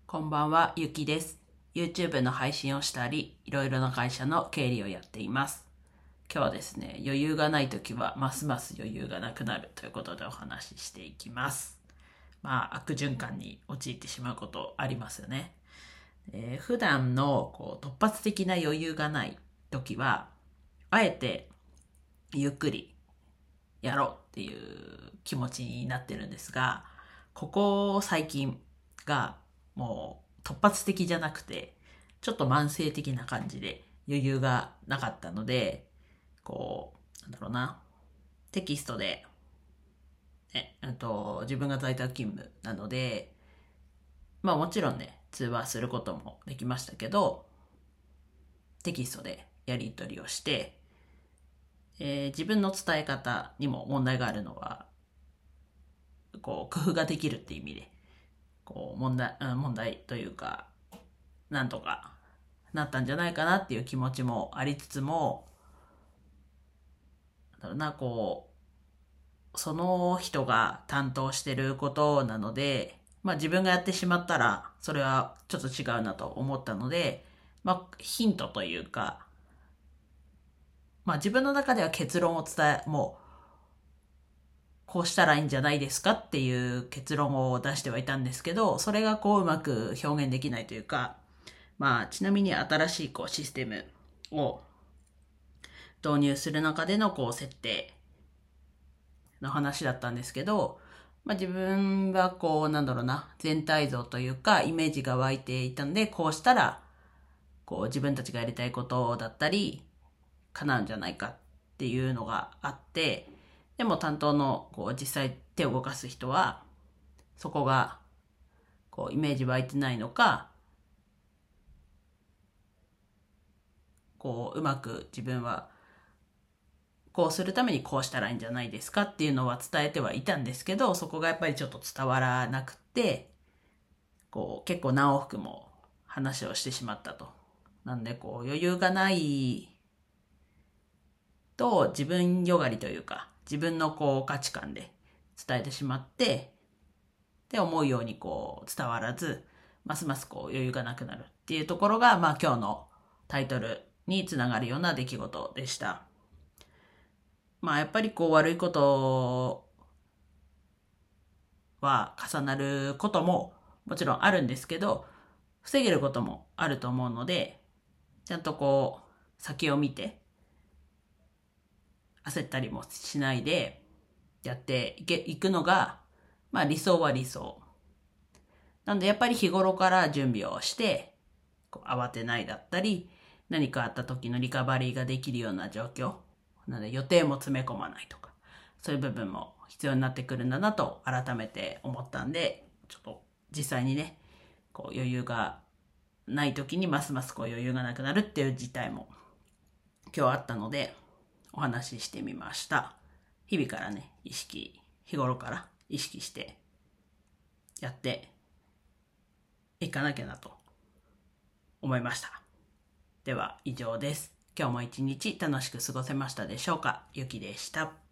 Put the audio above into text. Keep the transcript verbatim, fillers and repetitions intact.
こんばんは、ゆきです。YouTube の配信をしたり、いろいろな会社の経理をやっています。今日はですね、余裕がないときはますます余裕がなくなるということでお話ししていきます。まあ、悪循環に陥ってしまうことありますよね。えー普段のこう突発的な余裕がないときは、あえてゆっくりやろうっていう気持ちになってるんですが、ここ最近がもう突発的じゃなくて、ちょっと慢性的な感じで余裕がなかったので、こう、なんだろうな、テキストで、ね、あと自分が在宅勤務なので、まあもちろんね、通話することもできましたけど、テキストでやり取りをして、えー自分の伝え方にも問題があるのは、こう、工夫ができるっていう意味で、こう、問題、うん問題というか、なんとかなったんじゃないかなっていう気持ちもありつつも、なんだろうな、こう、その人が担当してることなので、まあ自分がやってしまったら、それはちょっと違うなと思ったので、まあヒントというか、まあ自分の中では結論を伝え、もう、こうしたらいいんじゃないですかっていう結論を出してはいたんですけど、それがこううまく表現できないというか、まあちなみに新しいこうシステムを導入する中でのこう設定の話だったんですけど、まあ自分はこうなんだろうな、全体像というかイメージが湧いていたんで、こうしたらこう自分たちがやりたいことだったり叶うんじゃないかっていうのがあって、でも担当のこう実際手を動かす人はそこがこうイメージ湧いてないのか、こううまく自分はこうするためにこうしたらいいんじゃないですかっていうのは伝えてはいたんですけど、そこがやっぱりちょっと伝わらなくて、こう結構何往復も話をしてしまったと。なんでこう余裕がないと自分よがりというか、自分のこう価値観で伝えてしまって、で思うようにこう伝わらず、ますますこう余裕がなくなるっていうところが、まあ今日のタイトルにつながるような出来事でした。まあやっぱりこう悪いことは重なることももちろんあるんですけど、防げることもあると思うので、ちゃんとこう先を見て焦ったりもしないでやっていけいくのが、まあ理想は理想。なのでやっぱり日頃から準備をして、こう慌てないだったり、何かあった時のリカバリーができるような状況。なので予定も詰め込まないとか、そういう部分も必要になってくるんだなと改めて思ったんで、ちょっと実際にね、こう余裕がない時にますますこう余裕がなくなるっていう事態も今日あったのでお話ししてみました。日々からね、意識、日頃から意識してやっていかなきゃなと思いました。では以上です。今日も一日楽しく過ごせましたでしょうか。ゆきでした。